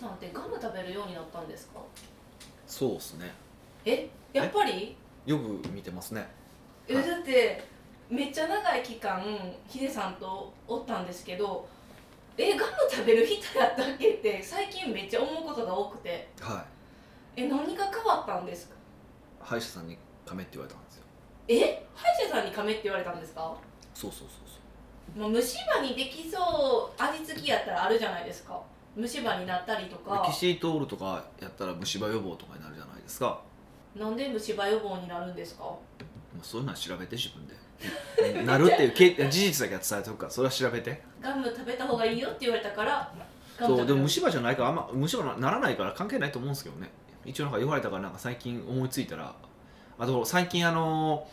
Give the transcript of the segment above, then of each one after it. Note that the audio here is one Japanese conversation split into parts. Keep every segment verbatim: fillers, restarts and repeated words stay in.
さんってガム食べるようになったんですか？ そうですね。 え、やっぱりよく見てますね。 え、 はい、 だってめっちゃ長い期間ヒデさんとおったんですけど、え、ガム食べる人やったっけって最近めっちゃ思うことが多くて、 はえ、何が変わったんですか？ い、歯医者さんに噛めって言われたんですよ。 え、歯医者さんに噛めって言われたんですか？ そうそうそうそまあ、虫歯にできそう味付きやったらあるじゃないですか。虫歯になったりとう。 か。 キシリトールとかやったら虫歯予防とかになるじゃないですか。 なんで虫歯予防になるんですか？ まあそういうのは調べて自分でなるっていうけ事実だけは伝えておくから、それは調べて。 ガム食べた方がいいよって言われたからガムそう食べる。 でも虫歯じゃないからあんま虫歯なならないから関係ないと思うんですけどね。一応なんか言われたからなんか最近思いついたら、あと最近あの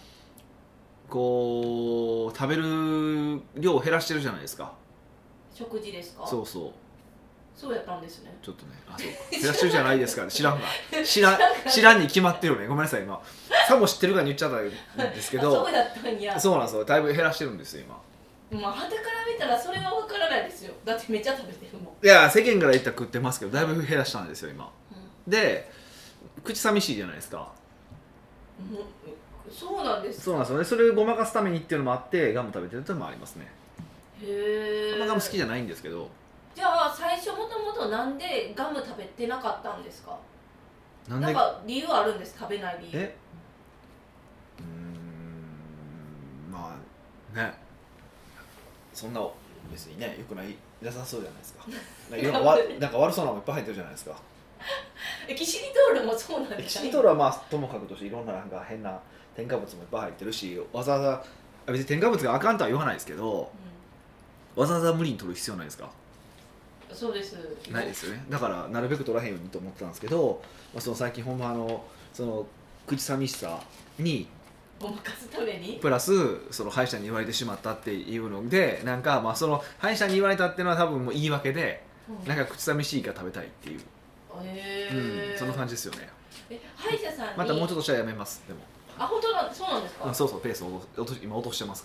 こう食べる量を減らしてるじゃないですか。 食事ですか？ そうそう、 そうやったんですね。 ちょっとね、あ、そうか、減らしてるじゃないですから、知らんが知らん知らんに決まってるよね。ごめんなさい、今さも知ってるから言っちゃったんですけどあ、そうやったんや。 そうなんですよ、だいぶ減らしてるんですよ今。 まあ傍から見たらそれは分からないですよ。だってめっちゃ食べてるもん。 いや、世間から言ったら食ってますけど、だいぶ減らしたんですよ今、 うん、 で口寂しいじゃないですか。 うん、そうなんですか。 そうなんですよね。それをごまかすためにっていうのもあってガム食べてるっていうのもありますね。 へえ。 あんまガム好きじゃないんですけど。 じゃあ最初もともとなんでガム食べてなかったんですか？ なんでなんか理由あるんです？食べない理由。 えうーんまあね、そんな別にね、よくないなさそうじゃないですか。いろんなわなんか悪そうなのもいっぱい入ってるじゃないですか。 え、キシリトールもそうなんですか？ キシリトールはまあともかくとしていろんななんか変な添加物もいっぱい入ってるし、わざわざ別に添加物があかんとは言わないですけど、わざわざ無理に取る必要ないですか？ うん、そうです。 ないですよね。だからなるべく取らへんようにと思ってたんですけど、まあ、その最近ほんまあのその口寂しさにごまかすために。 プラスその歯医者に言われてしまったっていうので、なんかまあその歯医者に言われたっていうのは多分もう言い訳で、 うん、 なんか口寂しいから食べたいっていう、 へうん、そんな感じ。 じですよね。 え、歯医者さんにまたもうちょっとしたらやめます。でもあ、本当なんそうなんですか？ うん、そうそう、ペースを落と落と今落としてますから。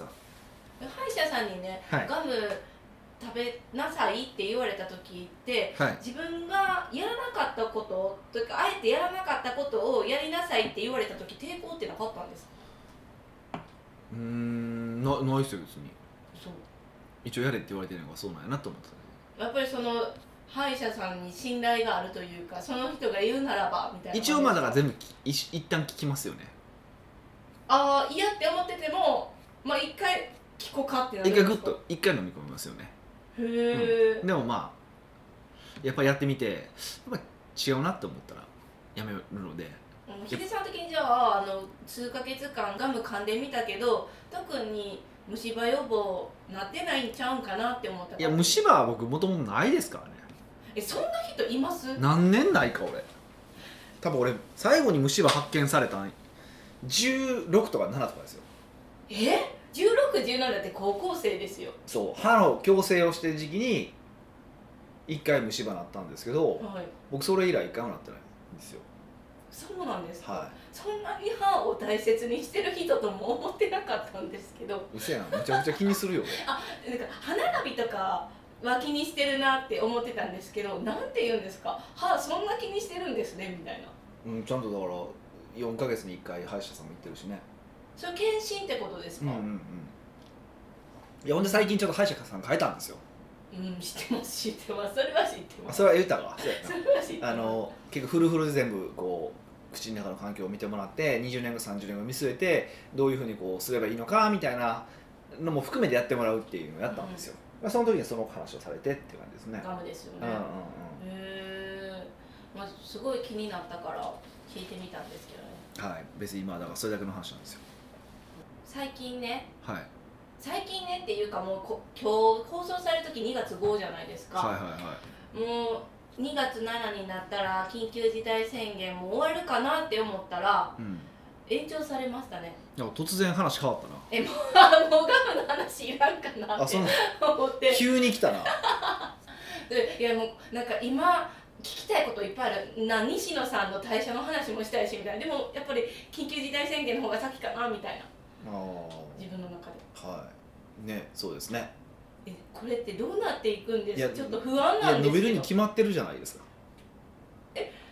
歯医者さんにね、 はいガム食べなさいって言われた時って、 はい、 自分がやらなかったことというか、あえてやらなかったことをやりなさいって言われた時抵抗ってなかったんですか？ うーんなないですよ別に。 そう、 一応やれって言われてるのがそうなんやなと思ってた。 やっぱりその歯医者さんに信頼があるというか、その人が言うならばみたいな。 一応まあだから全部い一旦聞きますよね。 ああ、嫌って思ってても、まあ一回聞こうかってなるん一ですか？ 回グッと一回飲み込みますよね。 へえ、 うん、でもまあやっぱりやってみてやっぱ違うなって思ったらやめるので。 ヒデさん的にじゃあ、あの数ヶ月間ガム噛んでみたけど特に虫歯予防なってないんちゃうんかなって思ったから。 いや虫歯は僕もともとないですからね。 え、そんな人います？ 何年ないか俺。多分俺最後に虫歯発見されたんじゅうろくとかななとかですよ。 え、じゅうろく、じゅうななって高校生ですよ。 そう歯の矯正をしてる時期にいっかい虫歯なったんですけど、 はい、 僕それ以来いっかいもなってないんですよ。 そうなんですか、 はい、 そんなに歯を大切にしてる人とも思ってなかったんですけど。 うせやん、めちゃくちゃ気にするよね。 あ、なんか歯並びとかは気にしてるなって思ってたんですけど、なんて言うんですか、歯そんな気にしてるんですねみたいな。 うん、ちゃんとだからよんかげつにいっかい歯医者さんも行ってるしね。 それ検診ってことですか？ うんうんうん。いやほんで最近ちょっと歯医者さん変えたんですよ。 うん、知ってます知ってます、それは知ってます。 それは言ったわ。そうやそれは知ってます。 なあの結構フルフルで全部こう口の中の環境を見てもらってにじゅうねんごさんじゅうねんご見据えてどういうふうにこうすればいいのかみたいなのも含めてやってもらうっていうのをやったんですよ、うん、まあ、その時にその話をされてっていう感じですね。 ガムですよね。 うんうんうん、 へえ、まあ、すごい気になったから聞いてみたんですけどね。 はい、別に今だからそれだけの話なんですよ。 最近ね、 はい、 最近ねっていうかもうこ今日放送される時にがつごじゃないですか。 はいはいはい。 もうにがつなのになったら緊急事態宣言も終わるかなって思ったら、うん、延長されましたね。 突然話変わったな。 え、もうもうガムの話いらんかなって思って。 急に来たな。 で、いやもうなんか今聞きたいこといっぱいあるな。西野さんの代謝の話もしたいしみたいな。でもやっぱり緊急事態宣言の方が先かなみたいな。あ、自分の中で。 はいね、そうですね。 え、これってどうなっていくんですか？ちょっと不安なんですけど。 いや伸びるに決まってるじゃないですか。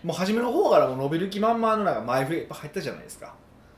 もう初めの方からもう伸びる気満々のなんか前振りがいっぱい入ったじゃないですか。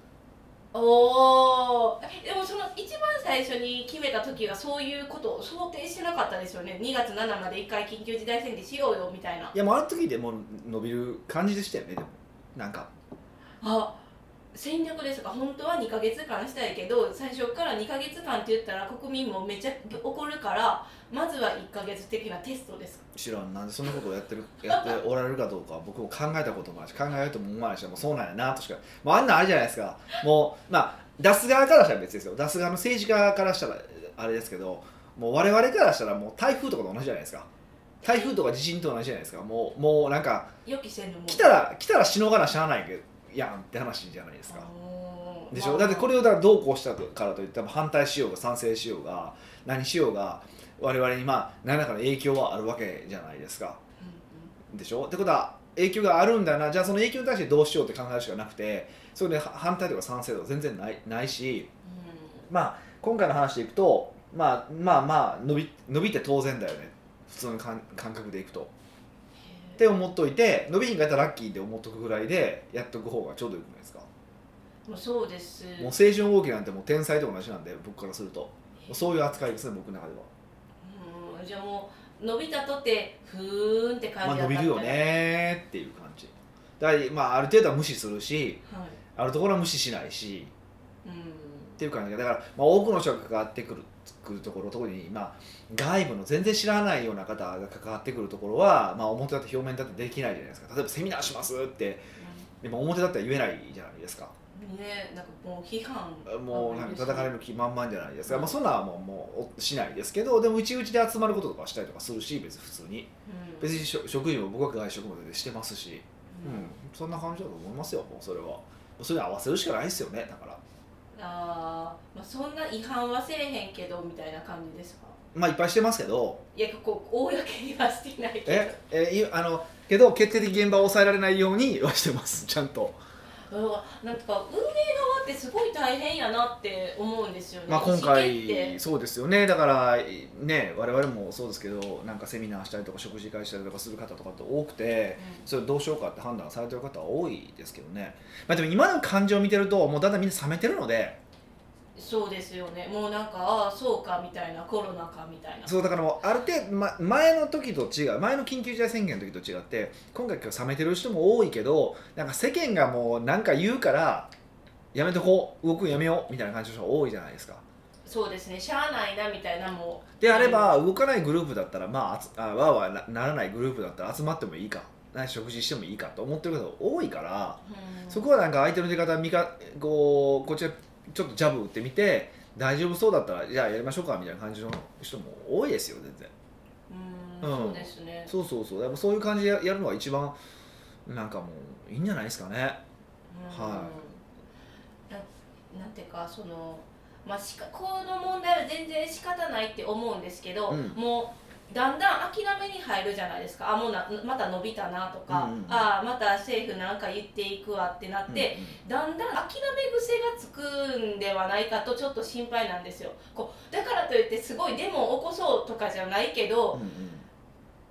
おお。でもその一番最初に決めた時はそういうことを想定してなかったですよね。にがつななまでいっかい緊急事態宣言しようよみたいな。 いやもうあの時でもう伸びる感じでしたよね。でもなんかあ、戦略ですか。本当はにかげつかんしたいけど最初からにかげつかんって言ったら国民もめっちゃ怒るからまずはいっかげつ的なテストですか。 知らん、なんでそんなことをやってるやっておられるかどうか僕も考えたこともないし考えようとも思わないし、もうそうなんやなとしか、もうあんなんあるじゃないですか。もうまあ出す側からしたら別ですよ。出す側の政治家からしたらあれですけど、もう我々からしたらもう台風とかと同じじゃないですか。台風とか地震と同じじゃないですか。もうもうなんか予期せぬもん来たら来たらしのがらしゃあないけどやんって話じゃないですか。でしょ。だってこれをだからどうこうしたからといって反対しようが賛成しようが何しようが我々にまあ何らかの影響はあるわけじゃないですか。でしょ。ってことは影響があるんだな、じゃあその影響に対してどうしようって考えるしかなくて、それで反対とか賛成とか全然ない、ないし、うん、まあ今回の話でいくと、まあまあまあ伸び、伸びて当然だよね普通の感覚でいくとって思っといて、伸びひんかったらラッキーって思っとくぐらいでやっとく方がちょうどよくないですか。 もうそうです。 もう青春放棄なんてもう天才と同じなんで僕からするともうそういう扱いですね僕の中では。 うん、じゃあもう伸びたとてふーんって感じだったみたいな、まあ、 伸びるよねっていう感じだから、まあ、ある程度は無視するし、はい、あるところは無視しないし、うん、っていう感じで、だから、まあ、多くの人が関わってくる、くるところ、特に、まあ、外部の全然知らないような方が関わってくるところは、まあ、表だって表面だってできないじゃないですか。例えばセミナーしますって、うん、でも表だっては言えないじゃないですか。 ね、なんかもう批判もうなんか叩かれる気満々じゃないですか、うん、まあ、そんなはもう、もうしないですけど、でもうちうちで集まることとかしたりとかするし、別に普通に、うん、別に食事も僕は外食もしてますし、うんうん、そんな感じだと思いますよ。もうそれはそれに合わせるしかないですよね。だからあ、まあ、そんな違反はせえへんけどみたいな感じですか。 まあいっぱいしてますけど、 いやこう公にはしてないけど、 ええあのけど決定的現場を抑えられないようにはしてますちゃんと。 なんか運営側ってすごい大変やなって思うんですよね。 まあ今回そうですよね。だからね、我々もそうですけど、なんかセミナーしたりとか食事会したりとかする方とかって多くて、うん、それどうしようかって判断されてる方は多いですけどね。まあでも今の感情を見てるともうだんだんみんな冷めてるので。 そうですよね。もうなんかああそうかみたいな、コロナかみたいな。 そうだからもうある程度、ま、前の時と違う、前の緊急事態宣言の時と違って、今回冷めてる人も多いけど、なんか世間がもうなんか言うからやめとこう、動くのやめようみたいな感じの人が多いじゃないですか。 そうですね。しゃあないなみたいな。もうであれば動かないグループだったら、まああわーわー な, ならないグループだったら集まってもいいか、食事してもいいかと思ってる方が多いから、うん、そこはなんか相手の出方見かこうこっちはちょっとジャブ打ってみて。大丈夫そうだったらじゃあやりましょうかみたいな感じの人も多いですよ全然。 うーん、うん、そうですね。 そうそうそう。でもそういう感じでやるのが一番なんかもういいんじゃないですかね。はい。 な, なんていうかそのまあしかこの問題は全然仕方ないって思うんですけど、うん、もう。だんだん諦めに入るじゃないですか。あもうなまた伸びたなとか、うんうん、あまた政府なんか言っていくわってなって、うんうん、だんだん諦め癖がつくんではないかとちょっと心配なんですよ。こうだからといってすごいデモを起こそうとかじゃないけど、うんうん、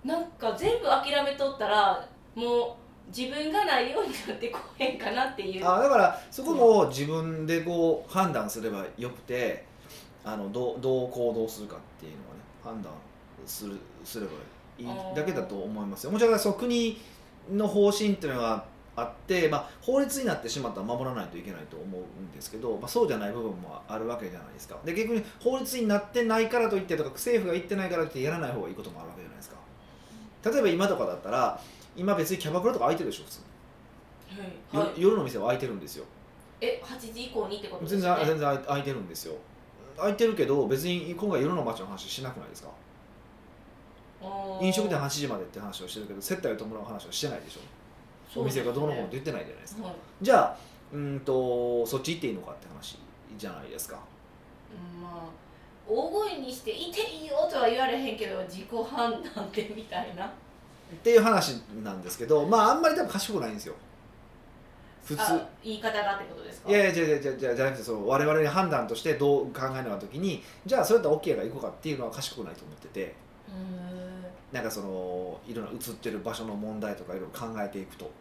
なんか全部諦めとったらもう自分がないようになってこへんかなっていう。 あだからそこも自分でこう判断すればよくて、あの ど, うどう行動するかっていうのはね判断するすればいいだけだと思いますよ。もちろんその国の方針っていうのがあって、まあ、法律になってしまったら守らないといけないと思うんですけど、まあ、そうじゃない部分もあるわけじゃないですか。で逆に法律になってないからといってとか政府が言ってないからといってやらない方がいいこともあるわけじゃないですか。例えば今とかだったら今別にキャバクラとか空いてるでしょ普通に、はいはい、夜の店は空いてるんですよ。 えはちじ以降にってことですね。全然全然空いてるんですよ。空いてるけど別に今回夜の街の話しなくないですか。飲食店はちじまでって話をしてるけど接待を伴う話はしてないでしょ。お店がどうのこうのって言ってないじゃないですか、はい、じゃあうんとそっち行っていいのかって話じゃないですか、 うん、まあ大声にしていていいよとは言われへんけど自己判断でみたいなっていう話なんですけど、まああんまり多分賢くないんですよ普通。言い方がってことですか。 いやいやじゃじゃじゃじゃなくて、その我々に判断としてどう考えるのか時にじゃあそれだったら OK がいこうかっていうのは賢くないと思ってて、うーんなんかそのいろんな映ってる場所の問題とかいろいろ考えていくと、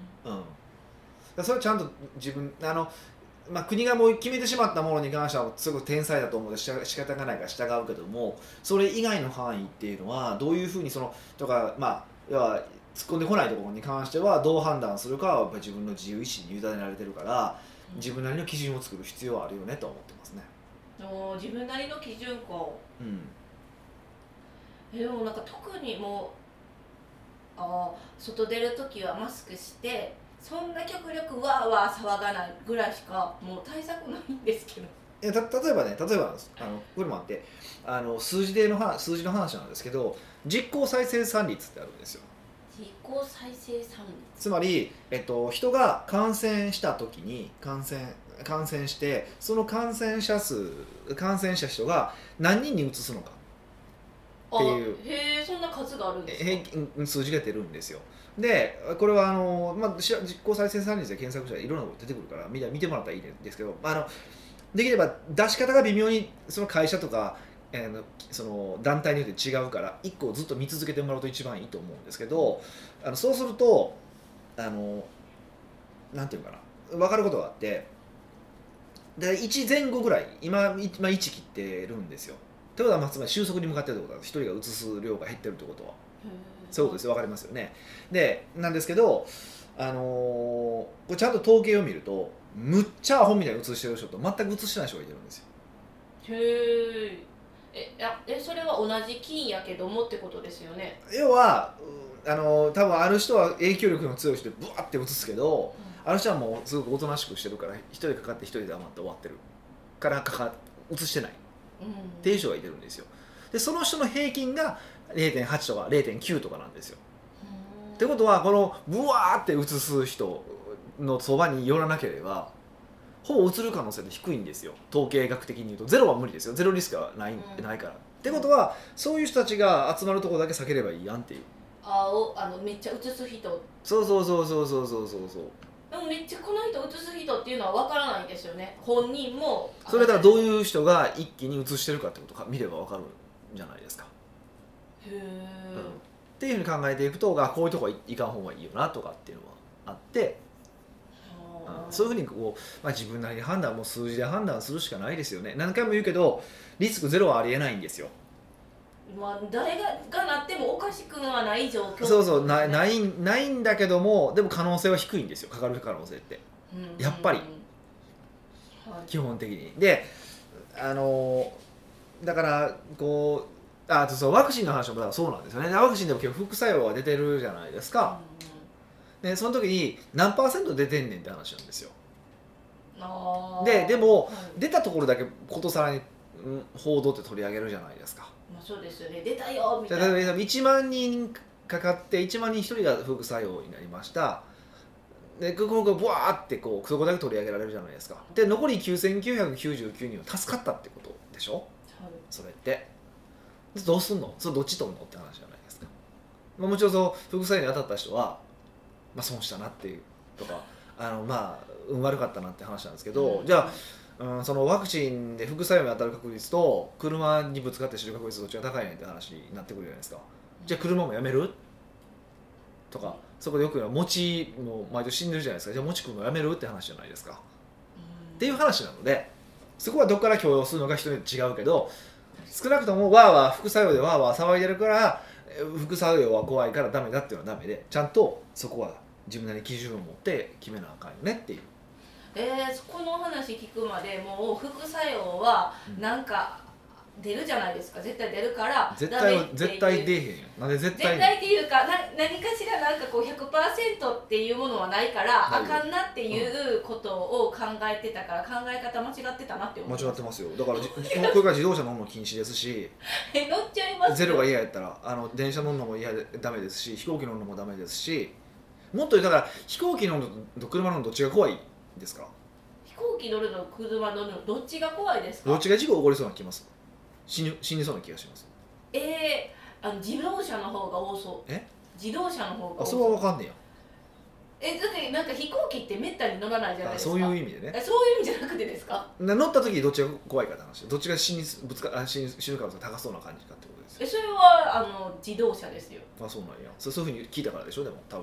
うん、それはちゃんと自分あの、まあ、国がもう決めてしまったものに関してはすごく天才だと思うので仕方がないから従うけども、それ以外の範囲っていうのはどういうふうにそのとか、まあ、要は突っ込んでこないところに関してはどう判断するかはやっぱり自分の自由意志に委ねられてるから、自分なりの基準を作る必要はあるよねと思ってますね。 お自分なりの基準か、 うん、 でもなんか特にもうあ外出るときはマスクしてそんな極力わーわー騒がないぐらいしかもう対策ないんですけど。 いやた例えばね、例えばあのこれもあってあの数字での話数字の話なんですけど、実効再生産率ってあるんですよ。 実効再生産率、 つまり、えっと、人が感染した時に感染感染してその感染者数感染した人が何人に移すのかっていう、 へえそんな数があるんですか。 平均数字が出るんですよ。でこれはあの、まあ、実効再生産率で検索したらいろんなこと出てくるから見て見てもらったらいいんですけど、あのできれば出し方が微妙にその会社とか、えー、その団体によって違うからいっこずっと見続けてもらうと一番いいと思うんですけど、あのそうするとあのなんていうかな分かることがあって、でいち前後ぐらい今、今いち切ってるんですよ。ということは、つまり収束に向かっているということはひとりが移す量が減ってるということはそういうことですよ。分かりますよね。でなんですけど、あのー、これちゃんと統計を見るとむっちゃアホみたいに移してる人と全く移してない人がいてるんですよ。 へーえあえそれは同じ菌やけどもってことですよね。 要はあのー、多分ある人は影響力の強い人でブワッて移すけど、うん、ある人はもうすごくおとなしくしてるから一人かかって一人で余って終わってるからかか移してないっていう人がいてるんですよ。でその人の平均が れいてんはち とか れいてんきゅう とかなんですよ。ってことはこのブワーって移す人のそばに寄らなければほぼ移る可能性って低いんですよ。統計学的に言うとゼロは無理ですよ。ゼロリスクはない、うん、ないから。ってことはそういう人たちが集まるところだけ避ければいいやんっていう。 あおあのめっちゃ移す人。 そうそうそうそうそうそうそうそう。 でもめっちゃこの人移す人っていうのは分からないんですよね。本人もそれだからどういう人が一気に移してるかってことか見れば分かるんじゃないですか。 へえ、うん、 っていうふうに考えていくと、こういうとこ行かん方がいいよなとかっていうのはあって、うん、そういうふうにこう、まあ、自分なりに判断も数字で判断するしかないですよね。何回も言うけどリスクゼロはありえないんですよ。 まあ、誰ががなってもおかしくはない状況、ね、 そうそう な, ないないんだけども、でも可能性は低いんですよ。かかる可能性って、うん、やっぱり、はい、基本的にであのだからこうあとそうワクチンの話もそうなんですよね。ワクチンでも結構副作用が出てるじゃないですか、うん、でその時に何パーセント出てんねんって話なんですよ。あででも、はい、出たところだけことさらに報道って取り上げるじゃないですか。 まあ、そうですよね。出たよみたいな。 例えばいちまんにんかかっていちまんにんひとりが副作用になりました。でここがブワーってこうそこだけ取り上げられるじゃないですか。で残りきゅうせんきゅうひゃくきゅうじゅうきゅうにんは助かったってことでしょ、はい、それってどうすんの、それどっち取んのって話じゃないですか。まあ、もちろんそう副作用に当たった人は、まあ、損したなっていうとかあのまあ運悪かったなって話なんですけど、うん、じゃあ、うん、そのワクチンで副作用に当たる確率と車にぶつかって死ぬ確率どっちが高いねんって話になってくるじゃないですか。じゃあ車もやめるとか、そこでよく言うのは餅も毎年死んでるじゃないですか。じゃあ餅君もやめるって話じゃないですか、うん、っていう話なので、そこはどこから許容するのか人に違うけど、少なくともワーワー副作用でワーワー騒いでるから副作用は怖いからダメだっていうのはダメで、ちゃんとそこは自分なりに基準を持って決めなあかんよねっていう。 えー、この話聞くまでもう副作用はなんか出るじゃないですか、絶対出るから絶対は絶対出えへんよ。なんで絶対絶対っていうかな何かしらなんかこう ひゃくパーセント っていうものはないからあかんなっていうことを考えてたから、考え方間違ってたなって思う。 間違ってますよ。だからこれから自動車乗るの禁止ですしえ乗っちゃいますよ。 ゼロが嫌やったらあの電車乗るのも嫌でダメですし、飛行機乗るのもダメですし、もっと言うだから飛行機乗るのと車乗るのどっちが怖いですか。 飛行機乗るの車乗るのどっちが怖いですか。 どっちが事故起こりそうな気ます。死に、死にそうな気がします。 ええー、あの自動車の方が多そう。 え自動車の方が多そう。 あ、それは分かんねえや。えだってなんか飛行機ってめったに乗らないじゃないですか。 そういう意味でね。 そういう意味じゃなくてですか。 乗った時どっちが怖いかって話。どっちが死にぶつかあ死に死ぬ可能性が高そうな感じかってことですよ。 えそれはあの自動車ですよ。 あ、そうなんや。そ う, そういうふうに聞いたからでしょ。でも多分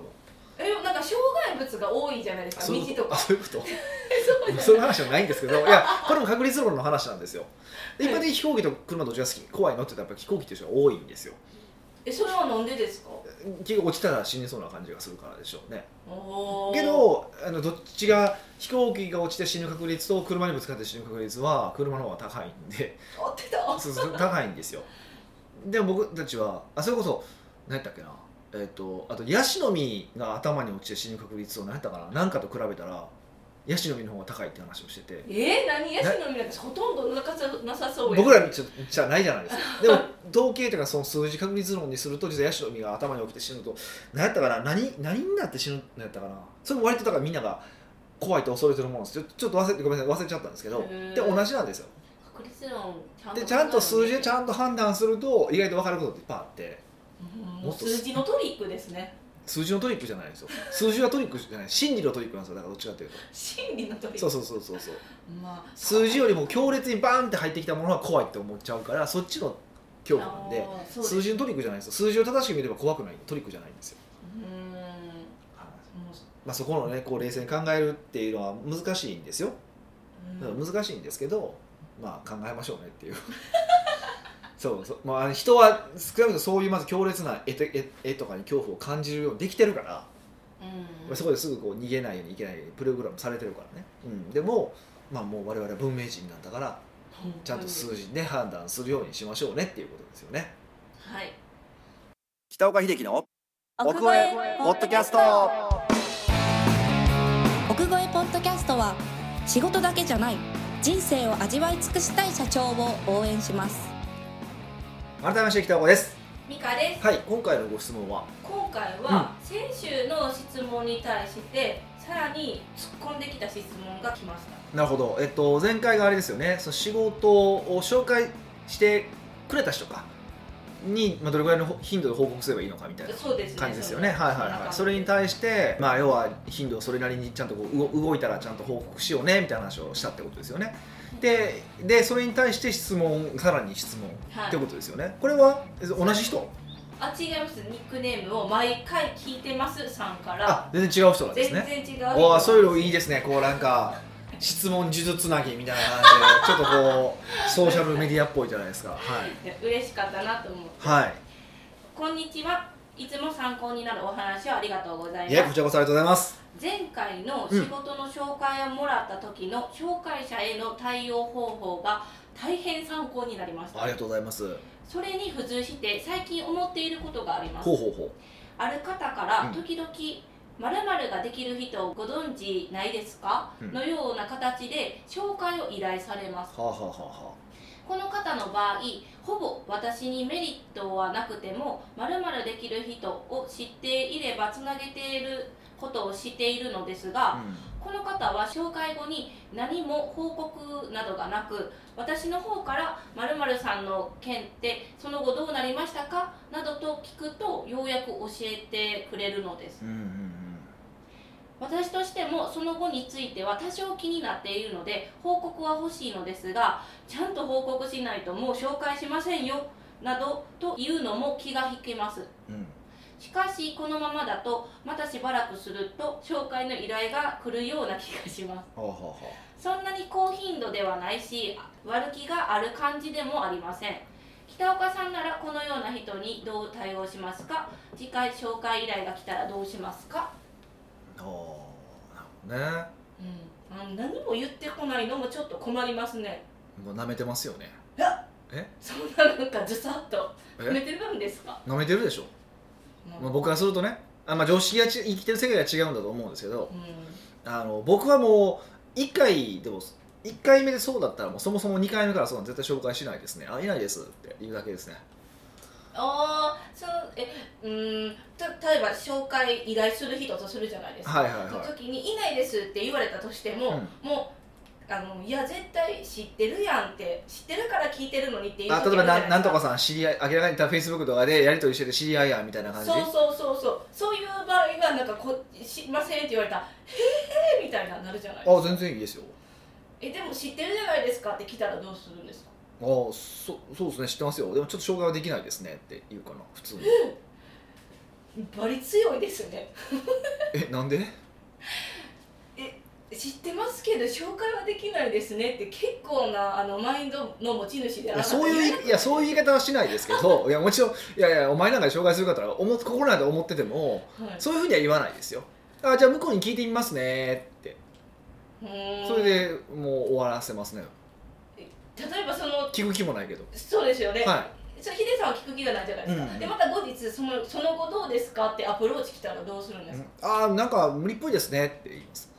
えなんか障害物が多いじゃないですか、道とか。 そういうことそういう話はないんですけど、いやこれも確率論の話なんですよ。一般的に飛行機と車どっちが好き怖いのって言ったらやっぱ飛行機っていう人が多いんですよ。 えそれはなんでですか？ 結構落ちたら死にそうな感じがするからでしょうね。 おけどあのどっちが飛行機が落ちて死ぬ確率と車にぶつかって死ぬ確率は車の方が高いんで合ってたそうそう高いんですよ。でも僕たちはあそれこそ何やったっけな、えー、とあとヤシの実が頭に落ちて死ぬ確率を何やったかな何かと比べたらヤシの実の方が高いって話をしてて、 えー、何ヤシの実なんてほとんどなかなさそうや。 僕らちょじゃないじゃないですか。でも統計というかその数字確率論にすると実はヤシの実が頭に起きて死ぬと何やったかな 何, 何になって死ぬのやったかな、それも割とだからみんなが怖いと恐れてるものです。ちょちょっと忘れてごめんなさい忘れちゃったんですけど、で同じなんですよ。 確率論ちゃんとでちゃんと数字でちゃんと判断すると意外と分かることっていっぱいあって、 もう数字のトリックですね。 数字のトリックじゃないですよ。数字はトリックじゃない、心理のトリックなんですよ。だからどっちかというと心理のトリック。 そうそうそうそうそう、 まあ、 数字よりも強烈にバーンって入ってきたものは怖いって思っちゃうからそっちの恐怖なんで、数字のトリックじゃないですよ。数字を正しく見れば怖くないトリックじゃないんですよ。 うーん、はい、 まあ、そこのねこう冷静に考えるっていうのは難しいんですよ。だから難しいんですけど、まあ考えましょうねっていうそうそう、まあ、人は少なくともそういうまず強烈な絵絵絵とかに恐怖を感じるようにできてるから、うん、そこですぐこう逃げないようにいけないようにプログラムされてるからね、うん、でも、まあ、もう我々は文明人なんだからちゃんと数字で判断するようにしましょうねっていうことですよね。 はい。 北岡秀樹の奥越えポッドキャスト。 奥越えポッドキャストは仕事だけじゃない人生を味わい尽くしたい社長を応援します。 改めまして北岡です。 ミカです。 はい、今回のご質問は今回は先週の質問に対してさらに突っ込んできた質問が来ました。 なるほど、えっと、前回があれですよね、その仕事を紹介してくれた人かに、まあ、どれぐらいの頻度で報告すればいいのかみたいな感じですよね。はいはいはい。それに対して、まあ、要は頻度をそれなりにちゃんとこう動いたらちゃんと報告しようねみたいな話をしたってことですよね。で, でそれに対して質問さらに質問、はい、ってことですよね。これは同じ人？ あ、違います。ニックネームを毎回聞いてますさんから。 あ、全然違う人なんですね。 全然違う。 おー、そういうのいいですね。こうなんか質問呪術つなぎみたいな感じでちょっとこうソーシャルメディアっぽいじゃないですか。はい。 嬉しかったなと思って。 はい。 こんにちは。いつも参考になるお話をありがとうございます。 いや、こちらこそありがとうございます。 前回の仕事の紹介をもらった時の紹介者への対応方法が大変参考になりました。 ありがとうございます。 それに付随して最近思っていることがあります。 ほうほうほう。 ある方から時々、うん、〇〇ができる人をご存知ないですか、うん、のような形で紹介を依頼されます。 はあはあはあ、 この方の場合、ほぼ私にメリットはなくても〇〇できる人を知っていればつなげていることをしているのですが、うん、この方は紹介後に何も報告などがなく、私の方から〇〇さんの件ってその後どうなりましたかなどと聞くとようやく教えてくれるのです。うんうんうん、私としてもその後については多少気になっているので報告は欲しいのですが、ちゃんと報告しないともう紹介しませんよなどというのも気が引けます。うん、しかしこのままだとまたしばらくすると紹介の依頼が来るような気がします。はあはあ、そんなに高頻度ではないし悪気がある感じでもありません。北岡さんならこのような人にどう対応しますか？次回紹介依頼が来たらどうしますか？ ああ、なるほどね。 うん、何も言ってこないのもちょっと困りますね。 もう舐めてますよね。 え？そんななんかずさっと舐めてるんですか？舐めてるでしょ。まあ、僕からするとね、あ、まあ、常識がち生きてる世界が違うんだと思うんですけど、うん、あの僕はもういっかいでもいっかいめでそうだったらもうそもそもにかいめからそうなん絶対紹介しないですね。あ、いないですって言うだけですね。 ああ、そのえうんた例えば紹介依頼する人とするじゃないですか。 はいはいはい。 その時にいないですって言われたとしても、うん、もうあのいや絶対知ってるやんって知ってるから聞いてるのにっていう。 あ、例えばななんとかさん知り合い明らかにフェイスブックとかでやり取りしてて知り合いやんみたいな感じ。 そうそうそうそうそういう場合がなんかこ知りませんって言われたらへえみたいななるじゃないですか。 あ、全然いいですよ。 えでも知ってるじゃないですかって来たらどうするんですか？ ああ、そそうですね、知ってますよ。でもちょっと紹介はできないですねって言うかな普通に。 バリ強いですねえ、なんで？ 知ってますけど紹介はできないですねって結構なあのマインドの持ち主であなたそういういやそういう言い方はしないですけどいやもちろんいやいやお前なんかで紹介する方は思心なんで思ってても、はい、そういうふうには言わないですよ。あ、じゃあ向こうに聞いてみますねって、うーん、それでもう終わらせますね。 例えばその聞く気もないけど。 そうですよね、 はい、 それヒデさんは聞く気がないじゃないですか、うん、でまた後日そのその後どうですかってアプローチ来たらどうするんですか？ うん、ああなんか無理っぽいですねって言います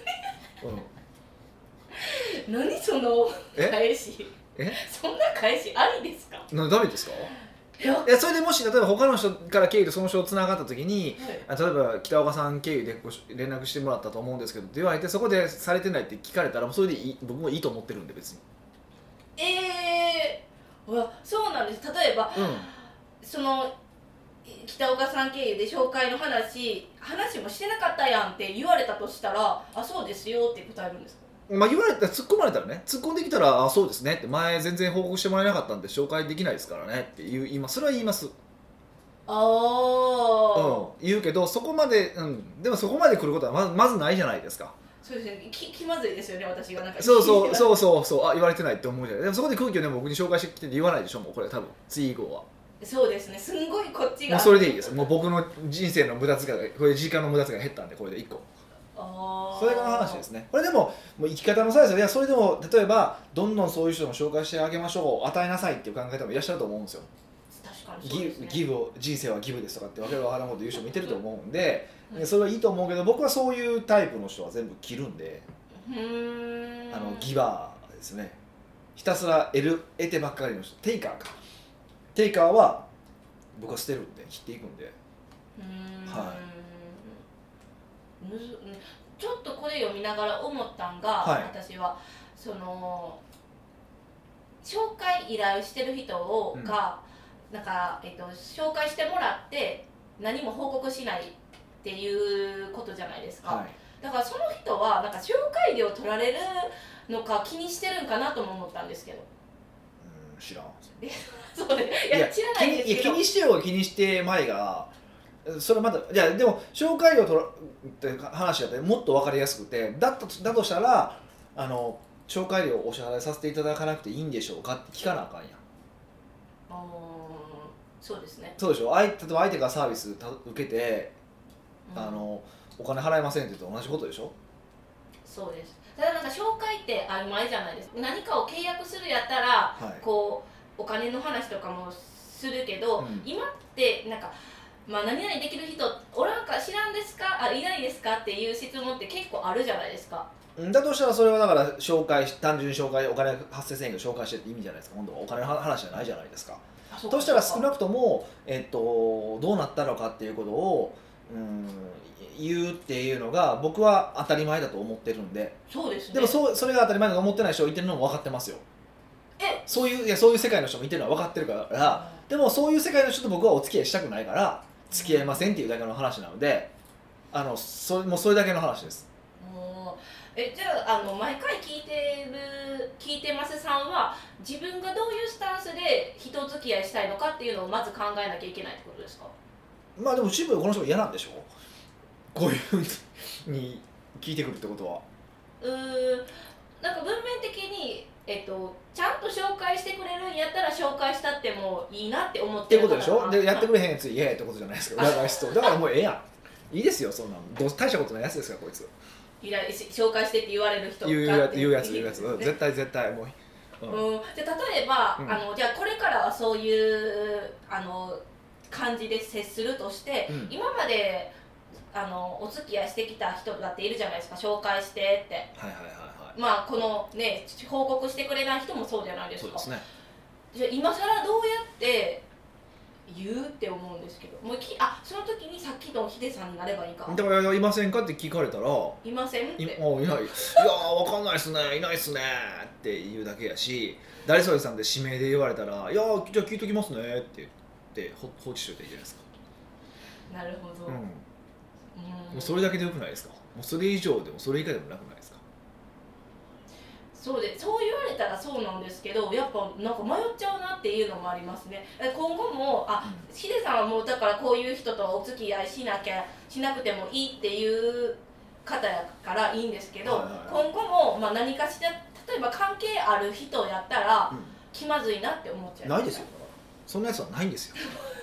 うん、何その返し？えそんな返しありですか？ なダメですか？いやそれでもし例えば他の人から経由でその人をつながった時に、はい、例えば北岡さん経由でご連絡してもらったと思うんですけどって言われてそこでされてないって聞かれたらそれでいい僕もいいと思ってるんで別に。 えー、うわそうなんです。例えば、うん、その北岡さん経由で紹介の話話もしてなかったやんって言われたとしたらあそうですよって答えるんですか？ まあ言われたら突っ込まれたらね突っ込んできたらあそうですねって前全然報告してもらえなかったんで紹介できないですからねって言います。それは言います。ああ、うん、言うけどそこまで、うん、でもそこまで来ることはまず、まずないじゃないですか。 そうですね、き気まずいですよね私がなんかそうそうそうそうそうあ言われてないって思うじゃない。でもそこで空気をね僕に紹介してきてって言わないでしょもうこれ多分次以降は。 そうですねすんごいこっちがもうそれでいいです。もう僕の人生の無駄遣いこれ時間の無駄遣いが減ったんでこれでいっこ。あそれが話ですね。これでももう生き方の際ですよ。いやそれでも例えばどんどんそういう人も紹介してあげましょう与えなさいっていう考え方もいらっしゃると思うんですよ。 確かにそうですね。 ギブを人生はギブですとかってわけわからんこと言う人もいてると思うんで、うん、それはいいと思うけど僕はそういうタイプの人は全部切るんでうーんあのギバーですね。ひたすら得る得てばっかりの人テイカーかテイカーは僕は捨てるんで切っていくんで。うーんはいむずちょっとこれ読みながら思ったんが、はい、私はその紹介依頼してる人を、うん、がなんか、えっと、紹介してもらって何も報告しないっていうことじゃないですか、はい、だからその人はなんか紹介料取られるのか気にしてるんかなとも思ったんですけど。 うん知らんそうねいやいや知らないんですけどいや気にしてよ気にしてまいがそれまたじゃあでも紹介料取らって話だってもっと分かりやすくてだとだとしたらあの紹介料をお支払いさせていただかなくていいんでしょうかって聞かなあかんやん。 あそうですね。 そうでしょ。相例えば相手がサービス受けて、うん、あのお金払えませんって言うと同じことでしょ。 そうです。ただなんか紹介って曖昧じゃないですか。何かを契約するやったら、はい、こうお金の話とかもするけど、うん、今ってなんかまあ、何々できる人おらんか知らんですかあいないですかっていう質問って結構あるじゃないですか。 だとしたらそれはだから紹介単純に紹介お金発生せんけど紹介してって意味じゃないですか。今度はお金の話じゃないじゃないですか。としたら少なくとも、えっと、どうなったのかっていうことをうん言うっていうのが僕は当たり前だと思ってるんで。 そうですね。 でも そ, それが当たり前だと思ってない人がいてるのも分かってますよ。えそういういやそういう世界の人もいてるのは分かってるから、うん、でもそういう世界の人と僕はお付き合いしたくないから付き合いませんっていうだけの話なので、あのそもうそれだけの話です。 えじゃあ、あの毎回聞いてる聞いてますさんは自分がどういうスタンスで人付き合いしたいのかっていうのをまず考えなきゃいけないってことですか？ まあでもシンプルにこの人が嫌なんでしょこういうふうに聞いてくるってことは。 うーんなんか文面的にえっと、ちゃんと紹介してくれるんやったら紹介したってもいいなって思ってるってことでしょ。でやってくれへんやつ言えってことじゃないですか裏返しと。だからもうええやんいいですよそんなの大したことないやつですからこいついら紹介してって言われる人言うやつ言うやつ言うやつ、うん、絶対絶対もう、うんうん、で例えば、うん、あのじゃあこれからはそういうあの感じで接するとして、うん、今まであのお付き合いしてきた人だっているじゃないですか紹介してってはいはいはいまあこのね報告してくれない人もそうじゃないですか。そうですね。じゃあ今更どうやって言うって思うんですけどもうきあその時にさっきのヒデさんになればいいか。 だからいませんかって聞かれたらいませんっていあいないいやわかんないっすねいないっすねって言うだけやし誰それさんで指名で言われたらいやじゃあ聞いときますねって言って放置しといていいじゃないですか。 なるほど、うん、 もうそれだけでよくないですか。もうそれ以上でもそれ以下でもなくないですか。 そうでそう言われたらそうなんですけどやっぱなんか迷っちゃうなっていうのもありますね。今後もあ、うん、ヒデさんはもうだからこういう人とお付き合いしなきゃしなくてもいいっていう方やからいいんですけど、 はいはいはい、 今後もまあ何かしら例えば関係ある人やったら、うん、気まずいなって思っちゃう。 ないですよ、そんなやつはないんですよ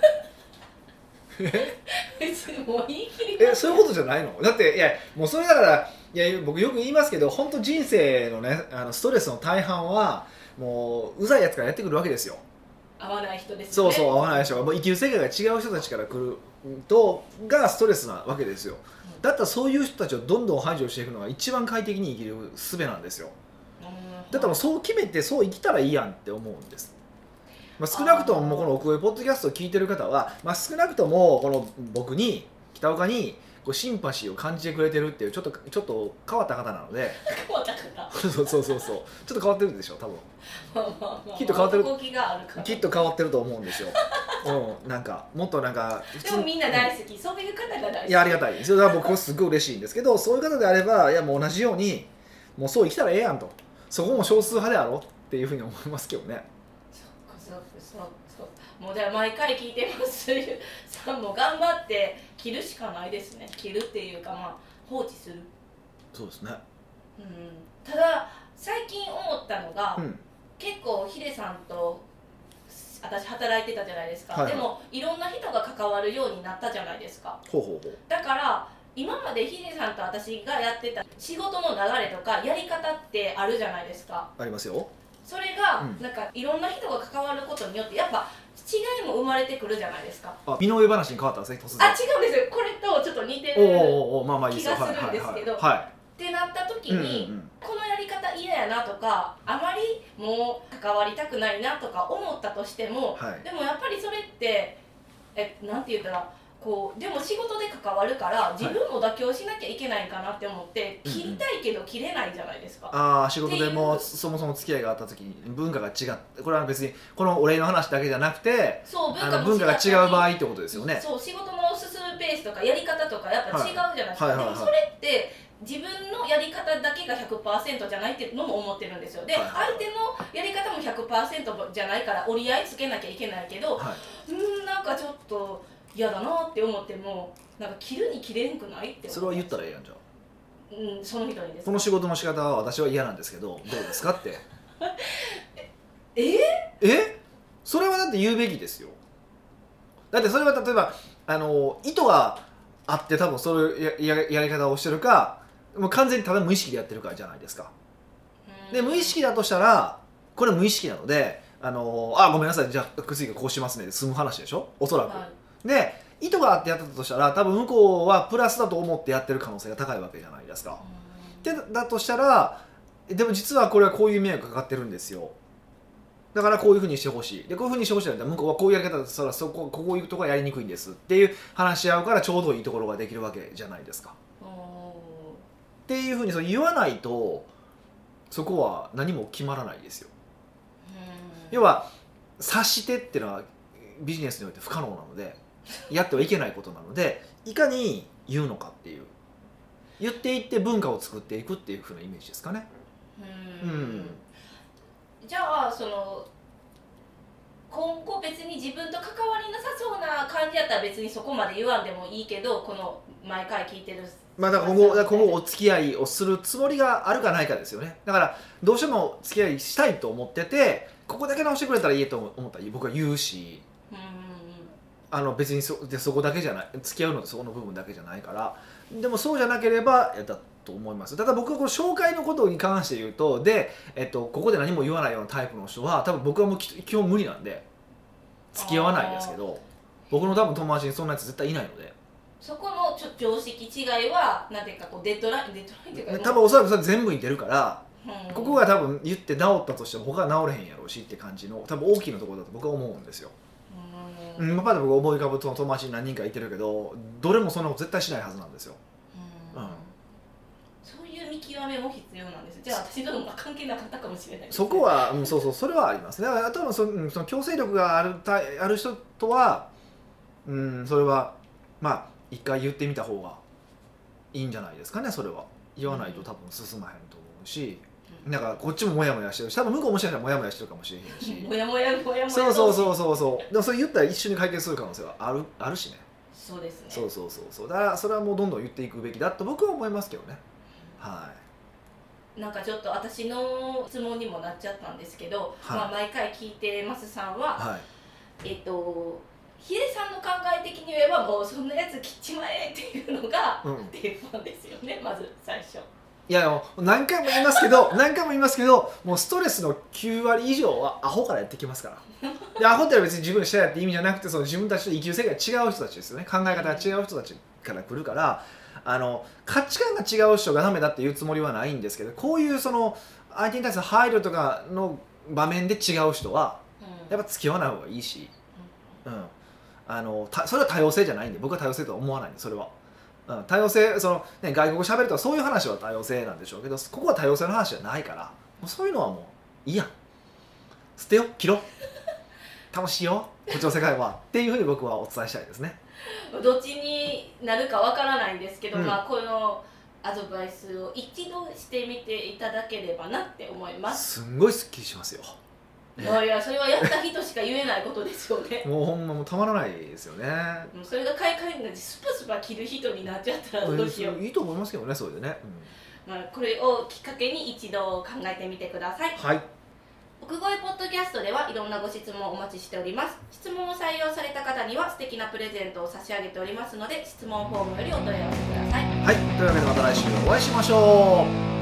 別にもう言い切りえそういうことじゃないの？だっていやもうそれだからいや僕よく言いますけど、本当人生のねあのストレスの大半はもううざいやつからやってくるわけですよ。 合わない人ですね。 そうそう合わない人がもう生きる世界が違う人たちから来るとがストレスなわけですよ。だったらそういう人たちをどんどん排除していくのが一番快適に生きる術なんですよ。だったらそう決めてそう生きたらいいやんって思うんです。まあ、少なくとももうこの奥越ポッドキャストを聞いてる方は、まあ、少なくともこの僕に北岡にこうシンパシーを感じてくれてるっていうちょっとちょっと変わった方なので変わった方そうそうそうそうちょっと変わってるでしょ多分まあまあまあ、 きっと変わってるきっと変わってると思うんですようん、なんかもっとなんかでもみんな大好き、うん、そういう方が大好き。 いやありがたいそれは僕はすごい嬉しいんですけどそういう方であればいやもう同じようにもうそう生きたらええやんとそこも少数派であろうっていうふうに思いますけどね。 そうそうそうそうもうだ毎回聞いてますさんも頑張って切るしかないですね。切るっていうかまあ放置する。 そうですね、 うん、ただ最近思ったのが、うん、結構ヒデさんと私働いてたじゃないですか、はいはい、でもいろんな人が関わるようになったじゃないですか。 ほうほうほう。 だから今までヒデさんと私がやってた仕事の流れとかやり方ってあるじゃないですか。 ありますよ。 それが、うん、なんかいろんな人が関わることによってやっぱ違いも生まれてくるじゃないですか。 あ、身の上話に変わったんですね突然。 あ、違うんですよ。これとちょっと似てる気がするんですけど、ってなった時に、うんうん、このやり方嫌やなとかあまりもう関わりたくないなとか思ったとしても、はい、でもやっぱりそれってえなんて言ったらこうでも仕事で関わるから自分も妥協しなきゃいけないかなって思って、はい、切りたいけど切れないじゃないですか、 うんうん、ああ仕事でもそもそも付き合いがあった時に文化が違ってこれは別にこのお礼の話だけじゃなくてそう文化あの文化が違う場合ってことですよね。 そう仕事の進むペースとかやり方とかやっぱ違うじゃないですか、はいはいはいはい、でもそれって自分のやり方だけが ひゃくパーセント じゃないっていうのも思ってるんですよ。で、はいはい、相手のやり方も ひゃくパーセント じゃないから折り合いつけなきゃいけないけど、はい、うーんなんかちょっと嫌だなって思ってもなんか切るに切れんくないって思う。 それは言ったらええやんじゃん、うん、その人にですか。 この仕事の仕方は私は嫌なんですけどどうですかってええそれはだって言うべきですよ。だってそれは例えばあの意図があって多分そういうや、や、やり方をしてるかもう完全にただ無意識でやってるからじゃないですか。で無意識だとしたらこれ無意識なのであのあごめんなさいじゃあ次がこうしますねで済む話でしょおそらく、はい、で意図があってやってたとしたら多分向こうはプラスだと思ってやってる可能性が高いわけじゃないですか。でだとしたらでも実はこれはこういう迷惑がかかってるんですよだからこういうふうにしてほしいでこういうふうにしてほしいんだったら向こうはこういうやり方だとしたらそここういうところがやりにくいんですっていう話し合うからちょうどいいところができるわけじゃないですか。っていうふうにそう言わないとそこは何も決まらないですよ。要は察してっていうのはビジネスにおいて不可能なのでやってはいけないことなのでいかに言うのかっていう言っていって文化を作っていくっていうふうなイメージですかね。 うん、うん、じゃあその今後別に自分と関わりなさそうな感じやったら別にそこまで言わんでもいいけどこの毎回聞いてるまあだから今後、今後お付き合いをするつもりがあるかないかですよね。だからどうしても付き合いしたいと思っててここだけ直してくれたらいいと思ったら僕は言うし、うんうんうん、あの別に そ, でそこだけじゃない付き合うのってそこの部分だけじゃないからでもそうじゃなければやったと思います。ただ僕はこの紹介のことに関して言うとで、えっと、ここで何も言わないようなタイプの人は多分僕はもう基本無理なんで付き合わないですけど僕の多分友達にそんなやつ絶対いないのでそこのちょ常識違いは何ていうかこうデッドラインデッドラインっていうか多分おそらくそれ全部に出るから、うん、ここが多分言って治ったとしても他は治れへんやろうしって感じの多分大きなところだと僕は思うんですよ。うん、今まで僕思い浮かぶ友達に何人かいてるけどどれもそんなこと絶対しないはずなんですよ。 うん、うん、そういう見極めも必要なんです。じゃあ私とも関係なかったかもしれないです、 ね、そこは、うん、そうそうそれはありますね。あとはその、その強制力があるある人とは、うん、それはまあ一回言ってみた方がいいんじゃないですかね。それは言わないと多分進まへんと思うし、うん、なんかこっちもモヤモヤしてるし多分向こうもしかしたらモヤモヤしてるかもしれへんしモヤモヤモヤモヤそうそうそうそうそうでもそれ言ったら一緒に解決する可能性はあるあるしね。 そうですね。 そうそうそうそう、だからそれはもうどんどん言っていくべきだと僕は思いますけどね。はい。 なんかちょっと私の質問にもなっちゃったんですけど、 はい、 まあ、毎回聞いてますさんは、 はい、 えっとヒデさんの考え的に言えばもうそんなやつ切っちまえっていうのが定番ですよね、うん、まず最初。 いやもう何回も言いますけど何回も言いますけどもうストレスのきゅうわり以上はアホからやってきますからでアホってのは別に自分したいって意味じゃなくて、その自分たちと生きる世界が違う人たちですよね。考え方が違う人たちから来るから、あの価値観が違う人がダメだっていうつもりはないんですけど、こういうその相手に対する配慮とかの場面で違う人はやっぱ付き合わない方がいいし、うん、あのたそれは多様性じゃないんで、僕は多様性とは思わないんで、それは、うん、多様性、その、ね、外国語喋るとかそういう話は多様性なんでしょうけど、ここは多様性の話じゃないから、もうそういうのはもういいやん、捨てよ、切ろ、楽しいよこっちの世界はっていうふうに僕はお伝えしたいですね。 どっちになるかわからないんですけど、うん、まあこのアドバイスを一度してみていただければなって思います。 すんごいスッキリしますよ。 いやいや、それはやった人しか言えないことですよね。 もうほんまもうたまらないですよね。 もうそれが買い替えになってスパスパ着る人になっちゃったらどうしよう。 いいと思いますけどね、それでね、 うん、まあ、これをきっかけに一度考えてみてください。 はい。 奥越ポッドキャストではいろんなご質問をお待ちしております。質問を採用された方には素敵なプレゼントを差し上げておりますので、質問フォームよりお問い合わせください。 はい、というわけでまた来週お会いしましょう。